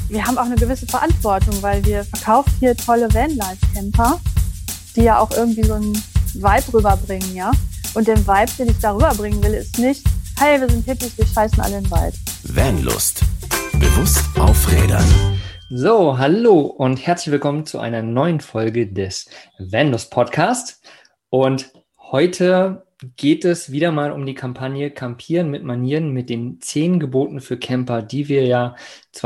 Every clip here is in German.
wir haben auch eine gewisse Verantwortung, weil wir verkaufen hier tolle Vanlife-Camper, die ja auch irgendwie so einen Vibe rüberbringen, ja. Und den Vibe, den ich da rüberbringen will, ist nicht, hey, wir sind Hippies, wir scheißen alle in den Wald. Vanlust. Bewusst auf Rädern. So, hallo und herzlich willkommen zu einer neuen Folge des Vanlust Podcast. Und heute geht es wieder mal um die Kampagne Campieren mit Manieren mit den 10 Geboten für Camper, die wir ja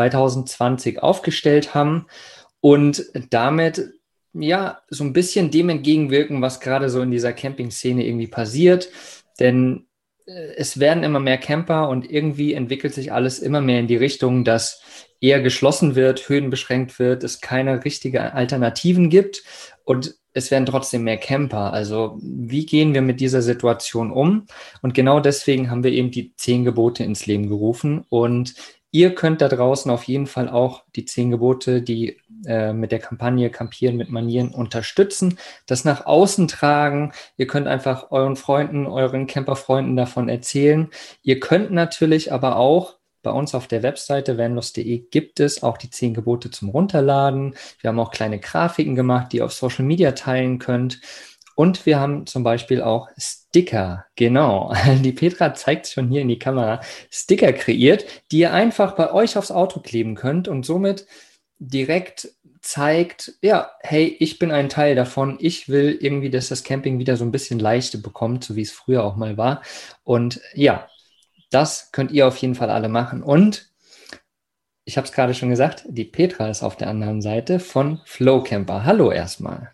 2020 aufgestellt haben und damit ja so ein bisschen dem entgegenwirken, was gerade so in dieser Camping-Szene irgendwie passiert. Denn es werden immer mehr Camper und irgendwie entwickelt sich alles immer mehr in die Richtung, dass eher geschlossen wird, höhenbeschränkt wird, es keine richtigen Alternativen gibt und es werden trotzdem mehr Camper. Also wie gehen wir mit dieser Situation um? Und genau deswegen haben wir eben die 10 Gebote ins Leben gerufen. Und ihr könnt da draußen auf jeden Fall auch die 10 Gebote, die mit der Kampagne Campieren mit Manieren unterstützen, das nach außen tragen. Ihr könnt einfach euren Freunden, euren Camperfreunden davon erzählen. Ihr könnt natürlich aber auch bei uns auf der Webseite vanlust.de gibt es auch die 10 Gebote zum Runterladen. Wir haben auch kleine Grafiken gemacht, die ihr auf Social Media teilen könnt. Und wir haben zum Beispiel auch Sticker. Genau, die Petra zeigt schon hier in die Kamera, Sticker kreiert, die ihr einfach bei euch aufs Auto kleben könnt und somit direkt zeigt, ja, hey, ich bin ein Teil davon. Ich will irgendwie, dass das Camping wieder so ein bisschen leichter bekommt, so wie es früher auch mal war. Und ja, das könnt ihr auf jeden Fall alle machen. Und ich habe es gerade schon gesagt, die Petra ist auf der anderen Seite von Flow Camper. Hallo erstmal.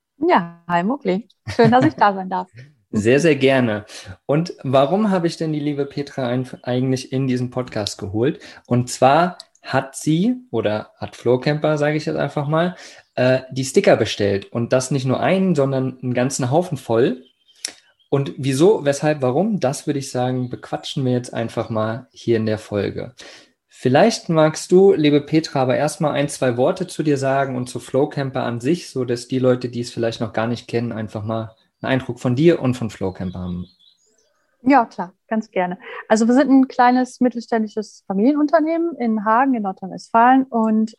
Ja, hi Muckli. Schön, dass ich da sein darf. Sehr, sehr gerne. Und warum habe ich denn die liebe Petra eigentlich in diesen Podcast geholt? Und zwar hat sie, oder hat Flow Camper, sage ich jetzt einfach mal, die Sticker bestellt. Und das nicht nur einen, sondern einen ganzen Haufen voll. Und wieso, weshalb, warum, das würde ich sagen, bequatschen wir jetzt einfach mal hier in der Folge. Vielleicht magst du, liebe Petra, aber erstmal 1, 2 Worte zu dir sagen und zu Flow Camper an sich, so dass die Leute, die es vielleicht noch gar nicht kennen, einfach mal einen Eindruck von dir und von Flow Camper haben. Ja, klar, ganz gerne. Also wir sind ein kleines mittelständisches Familienunternehmen in Hagen in Nordrhein-Westfalen und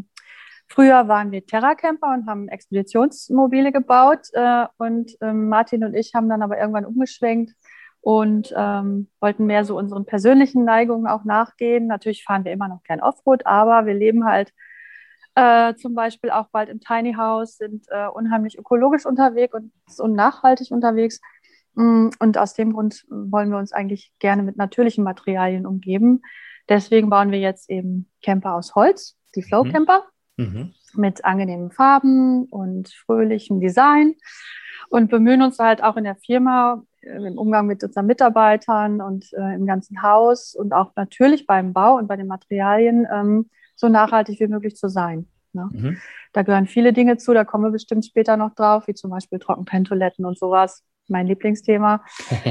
früher waren wir Terracamper und haben Expeditionsmobile gebaut und Martin und ich haben dann aber irgendwann umgeschwenkt und wollten mehr so unseren persönlichen Neigungen auch nachgehen. Natürlich fahren wir immer noch gern Offroad, aber wir leben halt zum Beispiel auch bald im Tiny House, sind unheimlich ökologisch unterwegs und nachhaltig unterwegs. Und aus dem Grund wollen wir uns eigentlich gerne mit natürlichen Materialien umgeben. Deswegen bauen wir jetzt eben Camper aus Holz, die Flow Camper. Mit angenehmen Farben und fröhlichem Design und bemühen uns halt auch in der Firma im Umgang mit unseren Mitarbeitern und im ganzen Haus und auch natürlich beim Bau und bei den Materialien so nachhaltig wie möglich zu sein. Ne? Da gehören viele Dinge zu, da kommen wir bestimmt später noch drauf, wie zum Beispiel Trockenpenntoiletten und sowas, mein Lieblingsthema.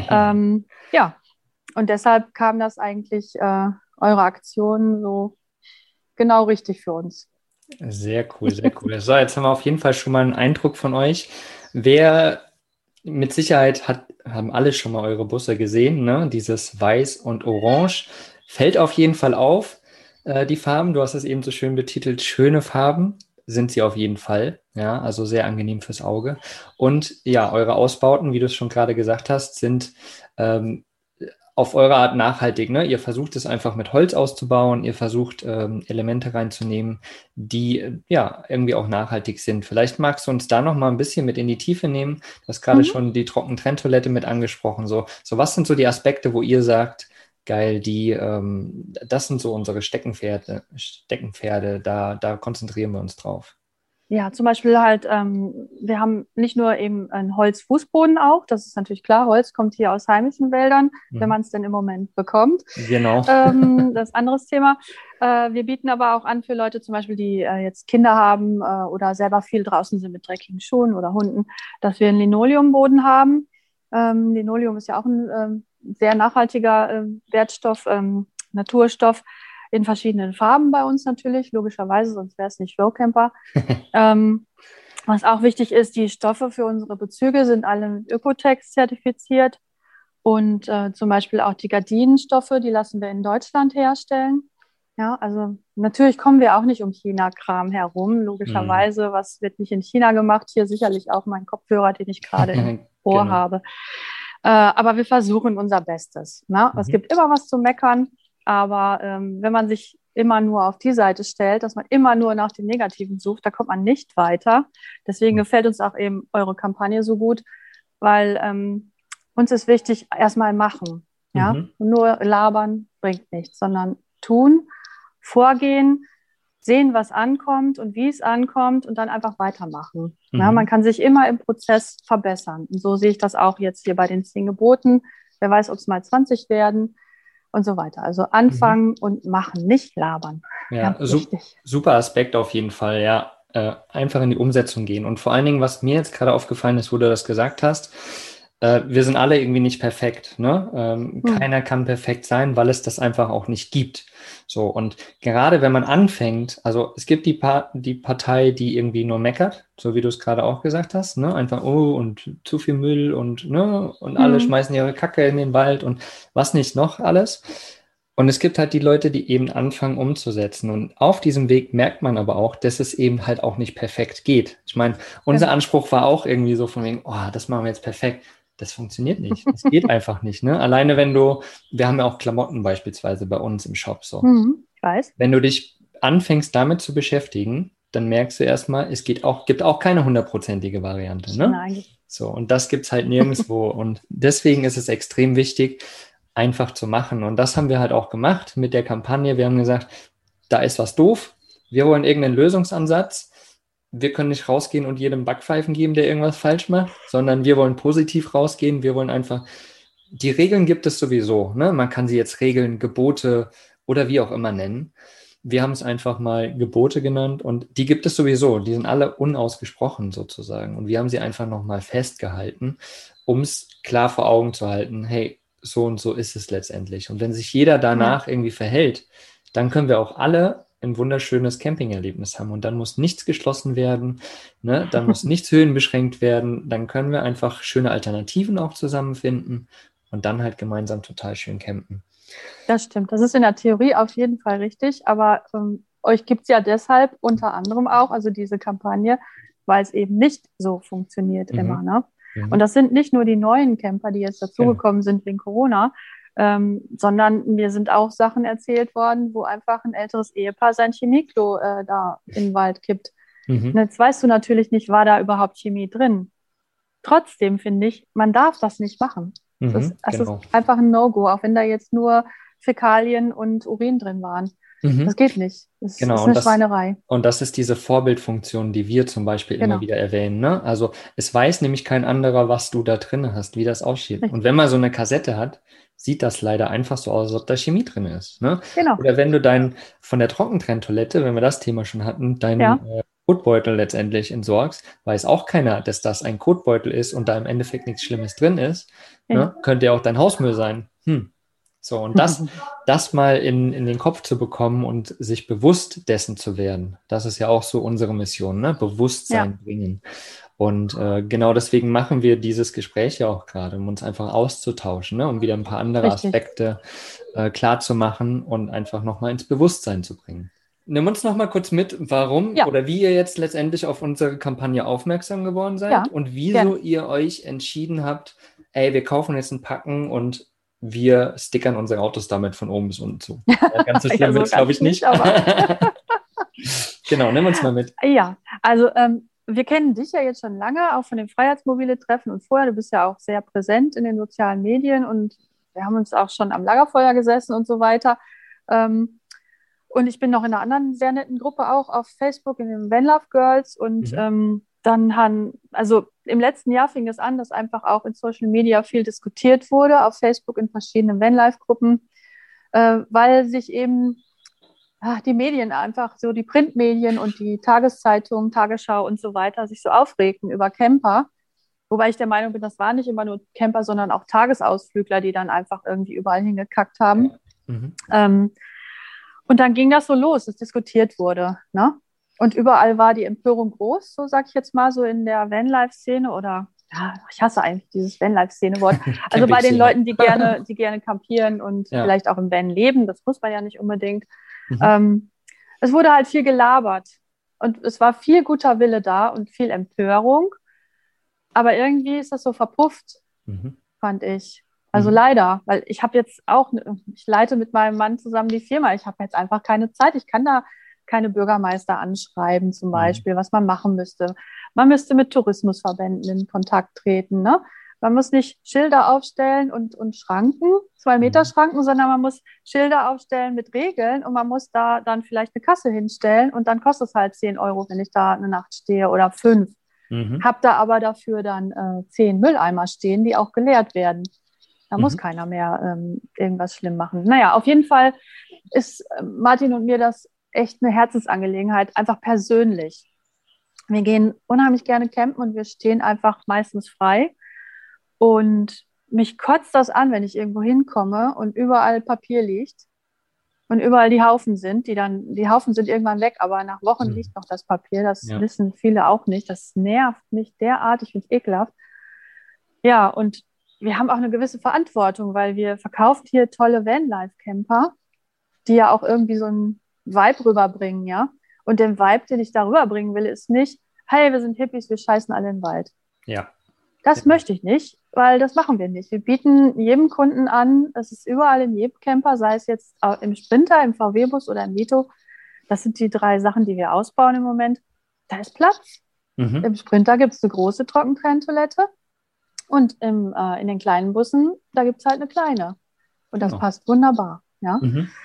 Ja, und deshalb kam das eigentlich eure Aktion so genau richtig für uns. Sehr cool, sehr cool. So, jetzt haben wir auf jeden Fall schon mal einen Eindruck von euch. Wer mit Sicherheit haben alle schon mal eure Busse gesehen, ne? Dieses Weiß und Orange. Fällt auf jeden Fall auf, die Farben. Du hast es eben so schön betitelt, schöne Farben sind sie auf jeden Fall. Ja, also sehr angenehm fürs Auge. Und ja, eure Ausbauten, wie du es schon gerade gesagt hast, sind auf eure Art nachhaltig, ne? Ihr versucht es einfach mit Holz auszubauen, ihr versucht Elemente reinzunehmen, die ja irgendwie auch nachhaltig sind. Vielleicht magst du uns da noch mal ein bisschen mit in die Tiefe nehmen. Du hast gerade schon die Trockentrenntoilette mit angesprochen. So was sind so die Aspekte, wo ihr sagt, geil, das sind so unsere Steckenpferde, da konzentrieren wir uns drauf. Ja, zum Beispiel halt, wir haben nicht nur eben einen Holzfußboden auch, das ist natürlich klar, Holz kommt hier aus heimischen Wäldern, wenn man es denn im Moment bekommt. Genau. Das ist ein anderes Thema. Wir bieten aber auch an für Leute zum Beispiel, die jetzt Kinder haben oder selber viel draußen sind mit dreckigen Schuhen oder Hunden, dass wir einen Linoleumboden haben. Linoleum ist ja auch ein sehr nachhaltiger Wertstoff, Naturstoff. In verschiedenen Farben bei uns natürlich, logischerweise, sonst wäre es nicht Flow Camper. Was auch wichtig ist, die Stoffe für unsere Bezüge sind alle mit Ökotex zertifiziert und zum Beispiel auch die Gardinenstoffe, die lassen wir in Deutschland herstellen. Ja, also natürlich kommen wir auch nicht um China-Kram herum, Mhm. logischerweise. Was wird nicht in China gemacht? Hier sicherlich auch mein Kopfhörer, den ich gerade im Ohr Genau. habe. Aber wir versuchen unser Bestes. Ne? Es Mhm. gibt immer was zu meckern, aber wenn man sich immer nur auf die Seite stellt, dass man immer nur nach dem Negativen sucht, da kommt man nicht weiter. Deswegen gefällt uns auch eben eure Kampagne so gut, weil uns ist wichtig, erstmal machen. Ja? Mhm. Nur labern bringt nichts, sondern tun, vorgehen, sehen, was ankommt und wie es ankommt und dann einfach weitermachen. Ja, man Mhm. kann sich immer im Prozess verbessern. Und so sehe ich das auch jetzt hier bei den 10 Geboten. Wer weiß, ob es mal 20 werden und so weiter. Also Mhm. anfangen und machen, nicht labern. Ja, Ganz wichtig. super Aspekt auf jeden Fall, ja. Einfach in die Umsetzung gehen. Und vor allen Dingen, was mir jetzt gerade aufgefallen ist, wo du das gesagt hast, wir sind alle irgendwie nicht perfekt, ne? Hm. Keiner kann perfekt sein, weil es das einfach auch nicht gibt. So, und gerade wenn man anfängt, also es gibt die Partei, die irgendwie nur meckert, so wie du es gerade auch gesagt hast, ne? Einfach, oh, und zu viel Müll und, ne? Und alle Hm. schmeißen ihre Kacke in den Wald und was nicht noch alles. Und es gibt halt die Leute, die eben anfangen umzusetzen. Und auf diesem Weg merkt man aber auch, dass es eben halt auch nicht perfekt geht. Ich meine, unser Genau. Anspruch war auch irgendwie so von wegen, oh, das machen wir jetzt perfekt. Das funktioniert nicht. Das geht einfach nicht. Ne? Alleine wenn du, wir haben ja auch Klamotten beispielsweise bei uns im Shop so. Hm. Ich weiß. Wenn du dich anfängst damit zu beschäftigen, dann merkst du erstmal, gibt auch keine hundertprozentige Variante. Ne? Nein. So, und das gibt es halt nirgendwo. Und deswegen ist es extrem wichtig, einfach zu machen. Und das haben wir halt auch gemacht mit der Kampagne. Wir haben gesagt, da ist was doof. Wir wollen irgendeinen Lösungsansatz. Wir können nicht rausgehen und jedem Backpfeifen geben, der irgendwas falsch macht, sondern wir wollen positiv rausgehen. Wir wollen einfach, die Regeln gibt es sowieso. Ne? Man kann sie jetzt Regeln, Gebote oder wie auch immer nennen. Wir haben es einfach mal Gebote genannt und die gibt es sowieso. Die sind alle unausgesprochen sozusagen. Und wir haben sie einfach nochmal festgehalten, um es klar vor Augen zu halten. Hey, so und so ist es letztendlich. Und wenn sich jeder Ja. danach irgendwie verhält, dann können wir auch alle ein wunderschönes Campingerlebnis haben. Und dann muss nichts geschlossen werden, ne? Dann muss nichts höhenbeschränkt werden. Dann können wir einfach schöne Alternativen auch zusammenfinden und dann halt gemeinsam total schön campen. Das stimmt. Das ist in der Theorie auf jeden Fall richtig. Aber euch gibt es ja deshalb unter anderem auch, also diese Kampagne, weil es eben nicht so funktioniert immer. Mhm. Ne? Und Mhm. das sind nicht nur die neuen Camper, die jetzt Genau. dazugekommen sind wegen Corona, sondern mir sind auch Sachen erzählt worden, wo einfach ein älteres Ehepaar sein Chemieklo da in den Wald kippt. Und Mhm. jetzt weißt du natürlich nicht, war da überhaupt Chemie drin. Trotzdem finde ich, man darf das nicht machen. Mhm. Es ist Genau. einfach ein No-Go, auch wenn da jetzt nur Fäkalien und Urin drin waren. Das Mhm. geht nicht. Das Genau, ist eine Schweinerei. und das ist diese Vorbildfunktion, die wir zum Beispiel immer Genau, wieder erwähnen. Ne? Also es weiß nämlich kein anderer, was du da drin hast, wie das aussieht. Und richtig. wenn man so eine Kassette hat, sieht das leider einfach so aus, als ob da Chemie drin ist. Ne? Genau, Oder wenn du von der Trockentrenntoilette, wenn wir das Thema schon hatten, deinen ja. Kotbeutel letztendlich entsorgst, weiß auch keiner, dass das ein Kotbeutel ist und da im Endeffekt nichts Schlimmes drin ist. Nee. Ne? Könnte ja auch dein Hausmüll sein. So, und das mal in den Kopf zu bekommen und sich bewusst dessen zu werden, das ist ja auch so unsere Mission, ne? Ja, Bewusstsein bringen. Und genau deswegen machen wir dieses Gespräch ja auch gerade, um uns einfach auszutauschen, ne? Um wieder ein paar andere richtig. Aspekte klar zu machen und einfach nochmal ins Bewusstsein zu bringen. Nimm uns nochmal kurz mit, warum Ja, oder wie ihr jetzt letztendlich auf unsere Kampagne aufmerksam geworden seid ja, und wieso gerne. ihr euch entschieden habt, ey, wir kaufen jetzt ein Packen und wir stickern unsere Autos damit von oben bis unten zu. Ganz so Ja, schlimm wird so es, glaube ganz ich, nicht, nicht. aber Genau, nimm uns mal mit. ja, also wir kennen dich ja jetzt schon lange, auch von den Freiheitsmobile-Treffen und vorher. Du bist ja auch sehr präsent in den sozialen Medien und wir haben uns auch schon am Lagerfeuer gesessen und so weiter. Ähm, Und ich bin noch in einer anderen sehr netten Gruppe auch auf Facebook, in den Van Love Girls. Und Mhm. also im letzten Jahr fing es an, dass einfach auch in Social Media viel diskutiert wurde, auf Facebook in verschiedenen Vanlife-Gruppen, weil sich eben die Medien einfach, so die Printmedien und die Tageszeitungen, Tagesschau und so weiter, sich so aufregten über Camper. Wobei ich der Meinung bin, das waren nicht immer nur Camper, sondern auch Tagesausflügler, die dann einfach irgendwie überall hingekackt haben. Ja. Mhm. Ähm, und dann ging das so los, dass diskutiert wurde. Ne? Und überall war die Empörung groß, so sag ich jetzt mal, so in der Vanlife-Szene oder ja, ich hasse eigentlich dieses Vanlife-Szene-Wort. Also bei den Camping-Szene. Leuten, die gerne campieren und Ja. vielleicht auch im Van leben, das muss man ja nicht unbedingt. Es wurde halt viel gelabert und es war viel guter Wille da und viel Empörung, aber irgendwie ist das so verpufft, fand ich. Also leider, weil ich habe jetzt auch, ich leite mit meinem Mann zusammen die Firma, ich habe jetzt einfach keine Zeit, ich kann da keine Bürgermeister anschreiben zum Beispiel, was man machen müsste. Man müsste mit Tourismusverbänden in Kontakt treten, ne? Man muss nicht Schilder aufstellen und Schranken, 2 Meter Schranken, sondern man muss Schilder aufstellen mit Regeln und man muss da dann vielleicht eine Kasse hinstellen und dann kostet es halt 10 Euro, wenn ich da eine Nacht stehe oder 5. Hab da aber dafür dann 10 Mülleimer stehen, die auch geleert werden. Da muss keiner mehr irgendwas schlimm machen. Naja, auf jeden Fall ist Martin und mir das echt eine Herzensangelegenheit, einfach persönlich. Wir gehen unheimlich gerne campen und wir stehen einfach meistens frei. Und mich kotzt das an, wenn ich irgendwo hinkomme und überall Papier liegt und überall die Haufen sind, die Haufen sind irgendwann weg, aber nach Wochen liegt noch das Papier. Das wissen viele auch nicht. Das nervt mich derartig, ich finde es ekelhaft. Ja, und wir haben auch eine gewisse Verantwortung, weil wir verkaufen hier tolle Vanlife-Camper, die ja auch irgendwie so einen Vibe rüberbringen, ja. Und den Vibe, den ich da rüberbringen will, ist nicht, hey, wir sind Hippies, wir scheißen alle in den Wald. Ja. Das möchte ich nicht, weil das machen wir nicht. Wir bieten jedem Kunden an, es ist überall in jedem Camper, sei es jetzt im Sprinter, im VW-Bus oder im Vito. Das sind die 3 Sachen, die wir ausbauen im Moment. Da ist Platz. Im Sprinter gibt es eine große Trockentrenntoilette und in den kleinen Bussen, da gibt es halt eine kleine. Und das passt wunderbar. Ja?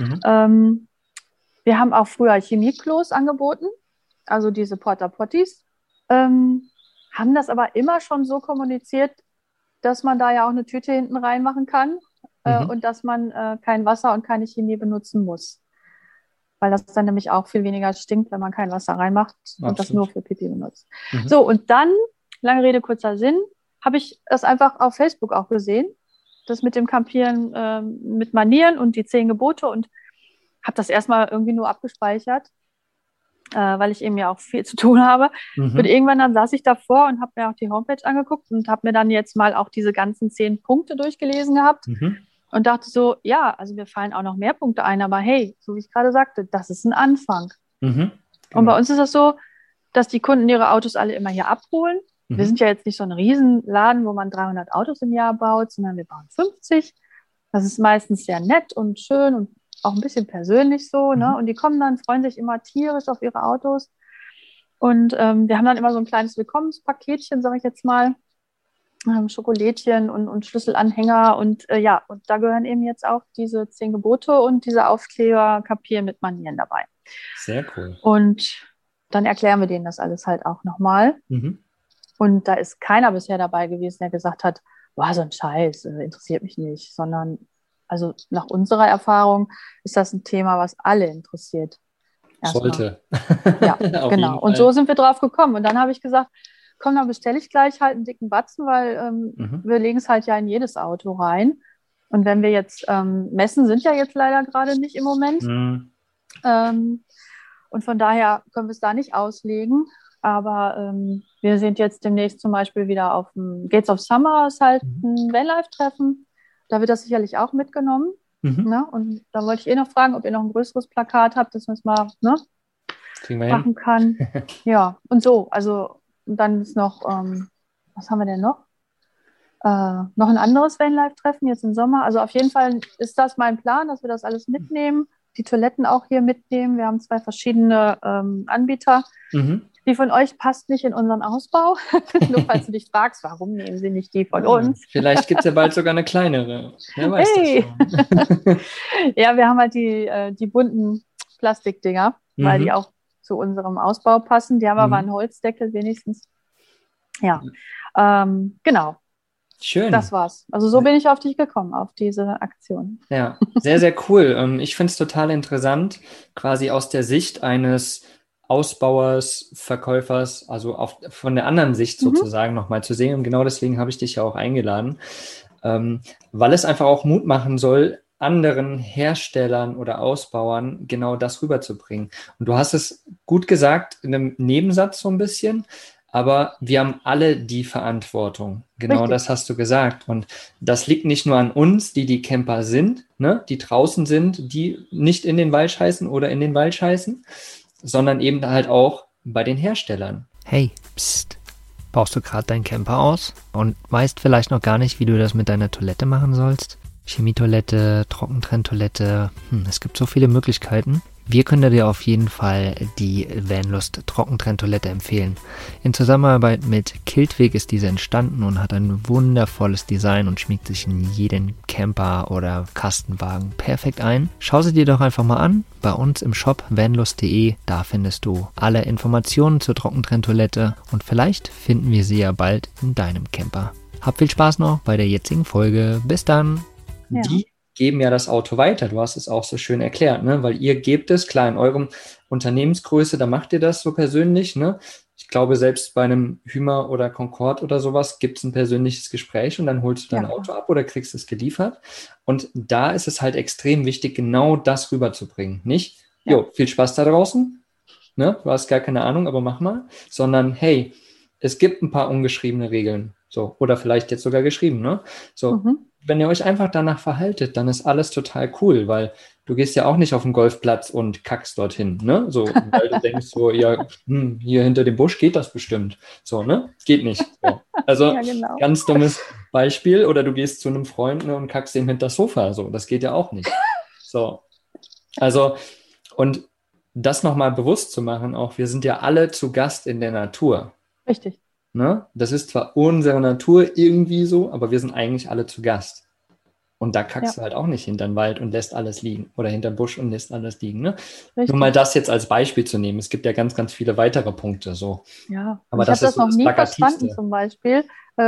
Wir haben auch früher Chemieklos angeboten, also diese Porta Potties. Haben das aber immer schon so kommuniziert, dass man da ja auch eine Tüte hinten reinmachen kann und dass man kein Wasser und keine Chemie benutzen muss. Weil das dann nämlich auch viel weniger stinkt, wenn man kein Wasser reinmacht und das nur für Pipi benutzt. So, und dann, lange Rede, kurzer Sinn, habe ich das einfach auf Facebook auch gesehen, das mit dem Campieren mit Manieren und die 10 Gebote und habe das erstmal irgendwie nur abgespeichert, weil ich eben ja auch viel zu tun habe. Und irgendwann dann saß ich davor und habe mir auch die Homepage angeguckt und habe mir dann jetzt mal auch diese ganzen 10 Punkte durchgelesen gehabt und dachte so, ja, also mir fallen auch noch mehr Punkte ein, aber hey, so wie ich gerade sagte, das ist ein Anfang. Und bei uns ist das so, dass die Kunden ihre Autos alle immer hier abholen. Wir sind ja jetzt nicht so ein Riesenladen, wo man 300 Autos im Jahr baut, sondern wir bauen 50. Das ist meistens sehr nett und schön und auch ein bisschen persönlich so, ne? Und die kommen dann, freuen sich immer tierisch auf ihre Autos. Und wir haben dann immer so ein kleines Willkommenspaketchen, sage ich jetzt mal, Schokolädchen und Schlüsselanhänger. Und ja, und da gehören eben jetzt auch diese 10 Gebote und diese Aufkleber Kapieren mit Manieren dabei. Sehr cool. Und dann erklären wir denen das alles halt auch nochmal. Und da ist keiner bisher dabei gewesen, der gesagt hat, boah, so ein Scheiß, interessiert mich nicht, sondern also nach unserer Erfahrung ist das ein Thema, was alle interessiert. Sollte. Ja, genau. Und so sind wir drauf gekommen. Und dann habe ich gesagt, komm, dann bestelle ich gleich halt einen dicken Batzen, weil wir legen es halt ja in jedes Auto rein. Und wenn wir jetzt Messen sind ja jetzt leider gerade nicht im Moment. Und von daher können wir es da nicht auslegen. Aber wir sind jetzt demnächst zum Beispiel wieder auf dem Gates of Summer, ist halt ein Vanlife-Treffen. Da wird das sicherlich auch mitgenommen. Ne? Und da wollte ich noch fragen, ob ihr noch ein größeres Plakat habt, dass man es mal machen kann. Ja, und so. Also dann ist noch, was haben wir denn noch? Noch ein anderes Vanlife-Treffen jetzt im Sommer. Also auf jeden Fall ist das mein Plan, dass wir das alles mitnehmen. Die Toiletten auch hier mitnehmen. Wir haben 2 verschiedene Anbieter. Die von euch passt nicht in unseren Ausbau. Nur falls du dich fragst, warum nehmen sie nicht die von uns? Vielleicht gibt es ja bald sogar eine kleinere. Wer weiß das schon. Ja, wir haben halt die bunten Plastikdinger, weil die auch zu unserem Ausbau passen. Die haben aber einen Holzdeckel wenigstens. Ja, genau. Schön. Das war's. Also so bin ich auf dich gekommen, auf diese Aktion. Ja, sehr, sehr cool. Ich finde es total interessant, quasi aus der Sicht eines Ausbauers, Verkäufers, also von der anderen Sicht sozusagen nochmal zu sehen. Und genau deswegen habe ich dich ja auch eingeladen, weil es einfach auch Mut machen soll, anderen Herstellern oder Ausbauern genau das rüberzubringen. Und du hast es gut gesagt in einem Nebensatz so ein bisschen, aber wir haben alle die Verantwortung. Genau Richtig. das hast du gesagt. Und das liegt nicht nur an uns, die Camper sind, ne, die draußen sind, die nicht in den Wald scheißen oder in den Wald scheißen, sondern eben halt auch bei den Herstellern. Hey, psst. Baust du gerade deinen Camper aus und weißt vielleicht noch gar nicht, wie du das mit deiner Toilette machen sollst? Chemietoilette, Trockentrenntoilette, es gibt so viele Möglichkeiten. Wir können dir auf jeden Fall die Vanlust Trockentrenntoilette empfehlen. In Zusammenarbeit mit Kiltweg ist diese entstanden und hat ein wundervolles Design und schmiegt sich in jeden Camper oder Kastenwagen perfekt ein. Schau sie dir doch einfach mal an, bei uns im Shop vanlust.de, da findest du alle Informationen zur Trockentrenntoilette und vielleicht finden wir sie ja bald in deinem Camper. Hab viel Spaß noch bei der jetzigen Folge. Bis dann! Ja. Die geben ja das Auto weiter. Du hast es auch so schön erklärt, ne? Weil ihr gebt es, klar, in eurem Unternehmensgröße, da macht ihr das so persönlich, ne? Ich glaube, selbst bei einem Hümer oder Concorde oder sowas gibt es ein persönliches Gespräch und dann holst du dein Auto ab oder kriegst es geliefert. Und da ist es halt extrem wichtig, genau das rüberzubringen. Nicht, viel Spaß da draußen, ne? Du hast gar keine Ahnung, aber mach mal. Sondern, hey, es gibt ein paar ungeschriebene Regeln. So, oder vielleicht jetzt sogar geschrieben, ne? So, wenn ihr euch einfach danach verhaltet, dann ist alles total cool, weil du gehst ja auch nicht auf den Golfplatz und kackst dorthin, ne? So, weil du denkst so, ja, hier hinter dem Busch geht das bestimmt. So, ne? Geht nicht. So. Also, genau. Ganz dummes Beispiel. Oder du gehst zu einem Freund, ne, und kackst ihm hinter das Sofa. So, das geht ja auch nicht. So. Also, und das nochmal bewusst zu machen, auch wir sind ja alle zu Gast in der Natur. Richtig. Ne? Das ist zwar unsere Natur irgendwie so, aber wir sind eigentlich alle zu Gast. Und da kackst du halt auch nicht hinter den Wald und lässt alles liegen. Oder hinter den Busch und lässt alles liegen. Ne? Nur mal das jetzt als Beispiel zu nehmen. Es gibt ja ganz, ganz viele weitere Punkte. So. Ja, aber ich habe das so noch nie verstanden zum Beispiel.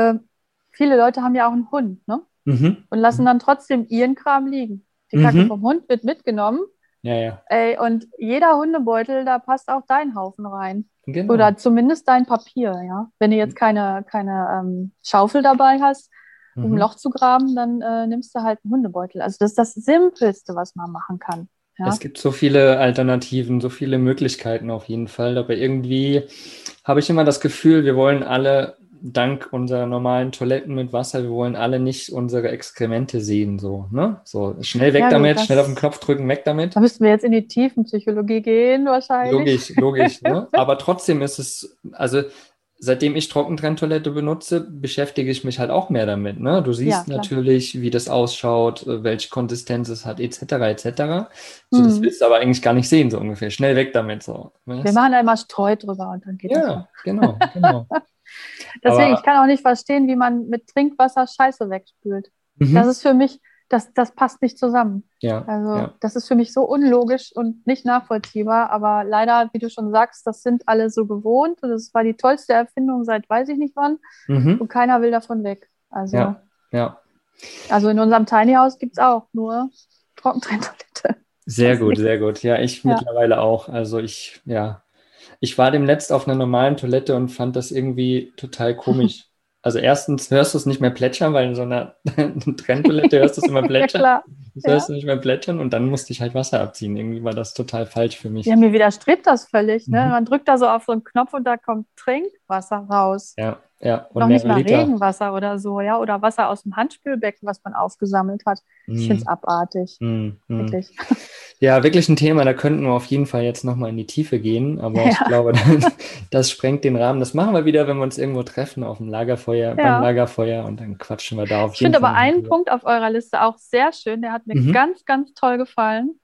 Viele Leute haben ja auch einen Hund, ne? Und lassen dann trotzdem ihren Kram liegen. Die Kacke vom Hund wird mitgenommen. Ja. Ey, und jeder Hundebeutel, da passt auch dein Haufen rein. Genau. Oder zumindest dein Papier, ja. Wenn du jetzt keine Schaufel dabei hast, um ein Loch zu graben, dann nimmst du halt einen Hundebeutel. Also das ist das Simpelste, was man machen kann. Ja? Es gibt so viele Alternativen, so viele Möglichkeiten auf jeden Fall. Aber irgendwie habe ich immer das Gefühl, wir wollen alle dank unserer normalen Toiletten mit Wasser, wir wollen alle nicht unsere Exkremente sehen, so, ne? So, schnell weg damit, schnell auf den Knopf drücken, weg damit. Da müssten wir jetzt in die Tiefenpsychologie gehen, wahrscheinlich. Logisch, ne? Aber trotzdem ist es, also seitdem ich Trockentrenntoilette benutze, beschäftige ich mich halt auch mehr damit, ne? Du siehst natürlich, wie das ausschaut, welche Konsistenz es hat, etc. So, das willst du aber eigentlich gar nicht sehen, so ungefähr. Schnell weg damit, so. Wir machen da immer Streu drüber und dann geht das. Ja, genau. Deswegen, ich kann auch nicht verstehen, wie man mit Trinkwasser Scheiße wegspült. Das ist für mich, das passt nicht zusammen. Das ist für mich so unlogisch und nicht nachvollziehbar. Aber leider, wie du schon sagst, das sind alle so gewohnt. Und das war die tollste Erfindung seit weiß ich nicht wann. Und keiner will davon weg. Also, also in unserem Tiny House gibt es auch nur Trockentrenntoilette. Sehr gut. Ja, ich mittlerweile auch. Also ich war demnächst auf einer normalen Toilette und fand das irgendwie total komisch. Also erstens hörst du es nicht mehr plätschern, weil in so einer Trenntoilette hörst du es immer plätschern. Ja, klar. Das hörst du nicht mehr plätschern und dann musste ich halt Wasser abziehen. Irgendwie war das total falsch für mich. Ja, mir widerstrebt das völlig. Ne? Man drückt da so auf so einen Knopf und da kommt Trinkwasser raus. Ja. Und noch nicht mal Regenwasser oder so, ja, oder Wasser aus dem Handspülbecken, was man aufgesammelt hat. Ich finde es abartig. Wirklich. Ja, wirklich ein Thema, da könnten wir auf jeden Fall jetzt nochmal in die Tiefe gehen, aber ich glaube, das sprengt den Rahmen. Das machen wir wieder, wenn wir uns irgendwo treffen auf dem Lagerfeuer, beim Lagerfeuer und dann quatschen wir da auf jeden Fall. Ich finde aber einen Punkt auf eurer Liste auch sehr schön, der hat mir ganz, ganz toll gefallen.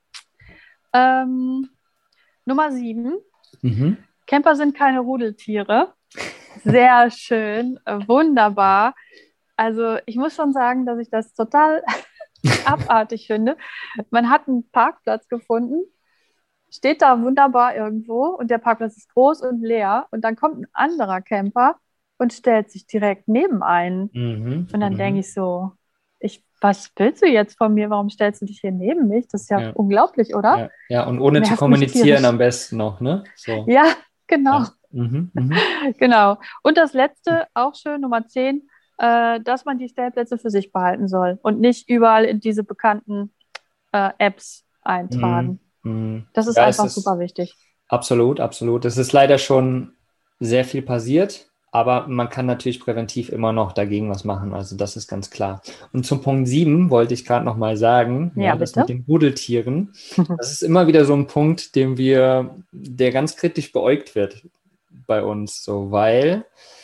Nummer 7. Camper sind keine Rudeltiere. Sehr schön, wunderbar. Also ich muss schon sagen, dass ich das total abartig finde. Man hat einen Parkplatz gefunden, steht da wunderbar irgendwo und der Parkplatz ist groß und leer und dann kommt ein anderer Camper und stellt sich direkt neben einen. Und dann denke ich so, was willst du jetzt von mir? Warum stellst du dich hier neben mich? Das ist ja unglaublich, oder? Ja, und ohne zu kommunizieren am besten noch, ne? So. Ja, genau. Genau. Und das letzte, auch schön, Nummer 10, dass man die Stellplätze für sich behalten soll und nicht überall in diese bekannten Apps eintragen. Das ist einfach super wichtig. Absolut. Es ist leider schon sehr viel passiert Aber man kann natürlich präventiv immer noch dagegen was machen. Also das ist ganz klar. Und zum Punkt 7 wollte ich gerade noch mal sagen, Ja, das bitte. mit den Rudeltieren, das ist immer wieder so ein Punkt, der ganz kritisch beäugt wird bei uns, so, weil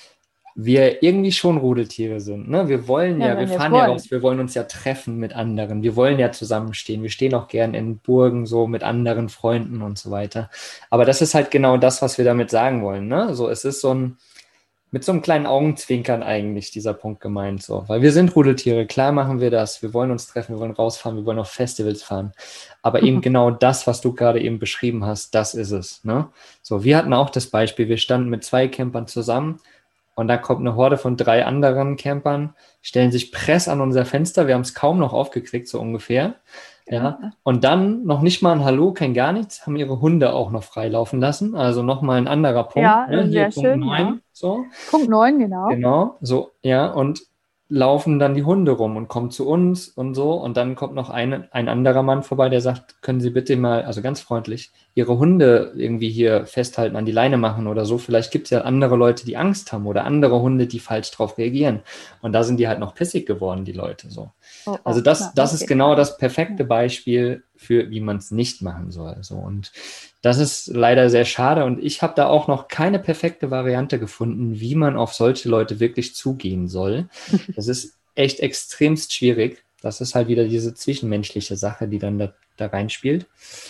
wir irgendwie schon Rudeltiere sind. Ne? Wir wollen Ja, ja, wir wenn wir es fahren ja wollen. raus, wir wollen uns ja treffen mit anderen, wir wollen ja zusammenstehen, wir stehen auch gern in Burgen so mit anderen Freunden und so weiter. Aber das ist halt genau das, was wir damit sagen wollen. Ne? So, es ist mit so einem kleinen Augenzwinkern eigentlich dieser Punkt gemeint, so. Weil wir sind Rudeltiere, klar machen wir das, wir wollen uns treffen, wir wollen rausfahren, wir wollen auf Festivals fahren. Aber eben genau das, was du gerade eben beschrieben hast, das ist es. Ne? So, wir hatten auch das Beispiel, wir standen mit 2 Campern zusammen und da kommt eine Horde von 3 anderen Campern, stellen sich Press an unser Fenster, wir haben es kaum noch aufgekriegt, so ungefähr. Ja, und dann noch nicht mal ein Hallo, kein gar nichts, haben ihre Hunde auch noch freilaufen lassen. Also nochmal ein anderer Punkt. Ja, Ne? Hier sehr Punkt schön, 9, ja. so. Punkt 9, genau. Genau, so, ja, und laufen dann die Hunde rum und kommen zu uns und so. Und dann kommt noch ein anderer Mann vorbei, der sagt, können Sie bitte mal, also ganz freundlich, Ihre Hunde irgendwie hier festhalten, an die Leine machen oder so. Vielleicht gibt es ja andere Leute, die Angst haben oder andere Hunde, die falsch drauf reagieren. Und da sind die halt noch pissig geworden, die Leute so. Oh, Also na, das ist okay. genau das perfekte Beispiel für, wie man es nicht machen soll. So. Und das ist leider sehr schade und ich habe da auch noch keine perfekte Variante gefunden, wie man auf solche Leute wirklich zugehen soll. Das ist echt extremst schwierig. Das ist halt wieder diese zwischenmenschliche Sache, die dann da reinspielt.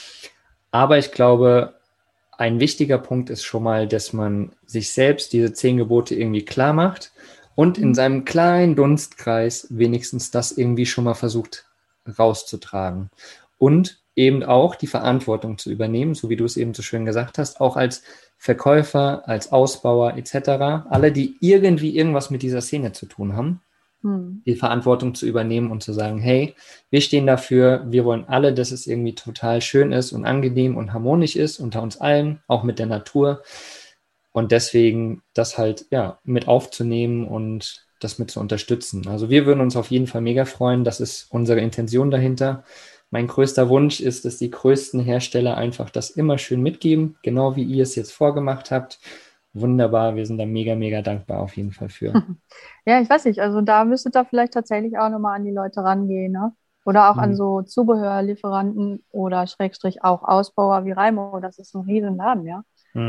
Aber ich glaube, ein wichtiger Punkt ist schon mal, dass man sich selbst diese 10 Gebote irgendwie klar macht und in seinem kleinen Dunstkreis wenigstens das irgendwie schon mal versucht rauszutragen. Und eben auch die Verantwortung zu übernehmen, so wie du es eben so schön gesagt hast, auch als Verkäufer, als Ausbauer etc. Alle, die irgendwie irgendwas mit dieser Szene zu tun haben, die Verantwortung zu übernehmen und zu sagen, hey, wir stehen dafür, wir wollen alle, dass es irgendwie total schön ist und angenehm und harmonisch ist unter uns allen, auch mit der Natur. Und deswegen das halt ja mit aufzunehmen und das mit zu unterstützen. Also wir würden uns auf jeden Fall mega freuen. Das ist unsere Intention dahinter. Mein größter Wunsch ist, dass die größten Hersteller einfach das immer schön mitgeben, genau wie ihr es jetzt vorgemacht habt. Wunderbar, wir sind da mega, mega dankbar auf jeden Fall für. Ja, ich weiß nicht, also da müsstet ihr vielleicht tatsächlich auch nochmal an die Leute rangehen, ne? Oder auch an so Zubehörlieferanten oder Schrägstrich auch Ausbauer wie Raimo. Das ist ein Riesenladen, ja.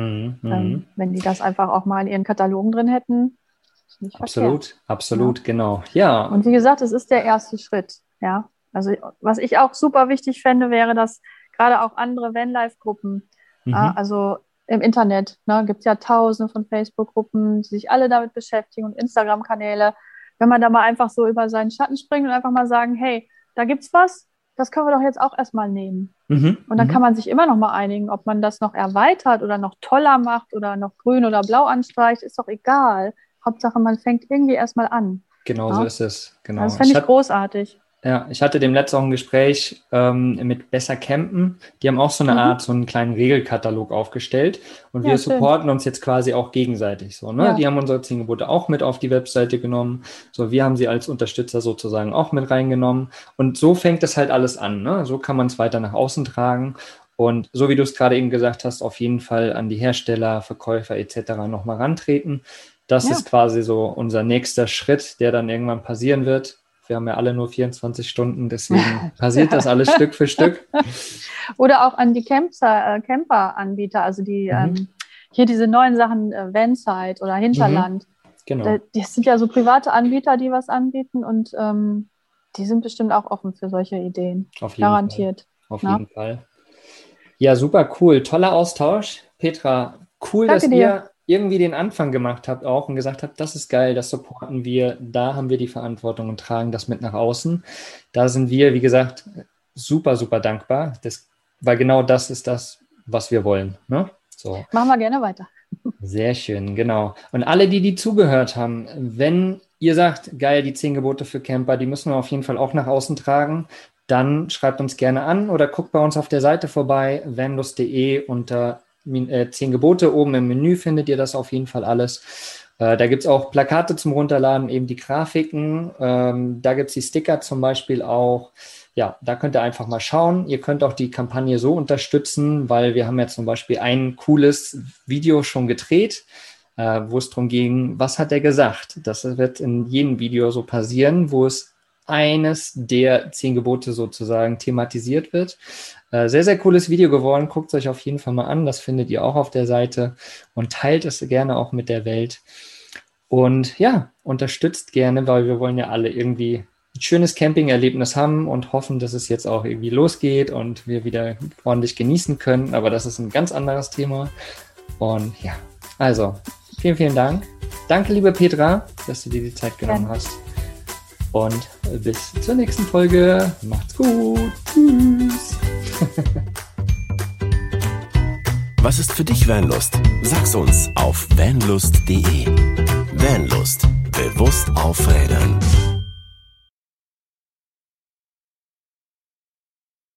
Wenn die das einfach auch mal in ihren Katalogen drin hätten, ist nicht verkehrt. Absolut, Ja. genau. Ja. Und wie gesagt, es ist der erste Schritt, ja. Also was ich auch super wichtig fände, wäre, dass gerade auch andere Vanlife-Gruppen, also im Internet, ne, gibt es ja tausende von Facebook-Gruppen, die sich alle damit beschäftigen und Instagram-Kanäle, wenn man da mal einfach so über seinen Schatten springt und einfach mal sagen, hey, da gibt's was, das können wir doch jetzt auch erstmal nehmen. Und dann kann man sich immer noch mal einigen, ob man das noch erweitert oder noch toller macht oder noch grün oder blau anstreicht, ist doch egal. Hauptsache, man fängt irgendwie erstmal an. Genau, so ist es. Genau. Das fände ich großartig. Ja, ich hatte dem letzten auch ein Gespräch mit Besser Campen. Die haben auch so eine Art, so einen kleinen Regelkatalog aufgestellt. Und wir supporten uns jetzt quasi auch gegenseitig. So, ne? Ja. Die haben unsere 10 Gebote auch mit auf die Webseite genommen. So, wir haben sie als Unterstützer sozusagen auch mit reingenommen. Und so fängt es halt alles an. Ne? So kann man es weiter nach außen tragen. Und so wie du es gerade eben gesagt hast, auf jeden Fall an die Hersteller, Verkäufer etc. nochmal rantreten. Das ist quasi so unser nächster Schritt, der dann irgendwann passieren wird. Wir haben ja alle nur 24 Stunden, deswegen passiert das alles Stück für Stück. Oder auch an die Camper-Anbieter, also die hier diese neuen Sachen, Vansite oder Hinterland. Genau. Das sind ja so private Anbieter, die was anbieten und die sind bestimmt auch offen für solche Ideen. Auf jeden Garantiert. Fall. Auf jeden Fall. Ja, super cool. Toller Austausch. Petra, cool, Danke dass dir. ihr irgendwie den Anfang gemacht habt auch und gesagt habt, das ist geil, das supporten wir, da haben wir die Verantwortung und tragen das mit nach außen. Da sind wir, wie gesagt, super, super dankbar, weil genau das ist das, was wir wollen. Ne? So. Machen wir gerne weiter. Sehr schön, genau. Und alle, die zugehört haben, wenn ihr sagt, geil, die 10 Gebote für Camper, die müssen wir auf jeden Fall auch nach außen tragen, dann schreibt uns gerne an oder guckt bei uns auf der Seite vorbei, vanlust.de unter 10 Gebote. Oben im Menü findet ihr das auf jeden Fall alles. Da gibt es auch Plakate zum Runterladen, eben die Grafiken. Da gibt es die Sticker zum Beispiel auch. Ja, da könnt ihr einfach mal schauen. Ihr könnt auch die Kampagne so unterstützen, weil wir haben ja zum Beispiel ein cooles Video schon gedreht. wo es darum ging, was hat er gesagt? Das wird in jedem Video so passieren, wo es eines der 10 Gebote sozusagen thematisiert wird. Sehr, sehr cooles Video geworden. Guckt es euch auf jeden Fall mal an. Das findet ihr auch auf der Seite und teilt es gerne auch mit der Welt. Und ja, unterstützt gerne, weil wir wollen ja alle irgendwie ein schönes Camping-Erlebnis haben und hoffen, dass es jetzt auch irgendwie losgeht und wir wieder ordentlich genießen können. Aber das ist ein ganz anderes Thema. Und ja, also vielen, vielen Dank. Danke, liebe Petra, dass du dir die Zeit genommen hast. Und bis zur nächsten Folge. Macht's gut. Tschüss. Was ist für dich Vanlust? Sag's uns auf vanlust.de. Vanlust. Bewusst aufrädern.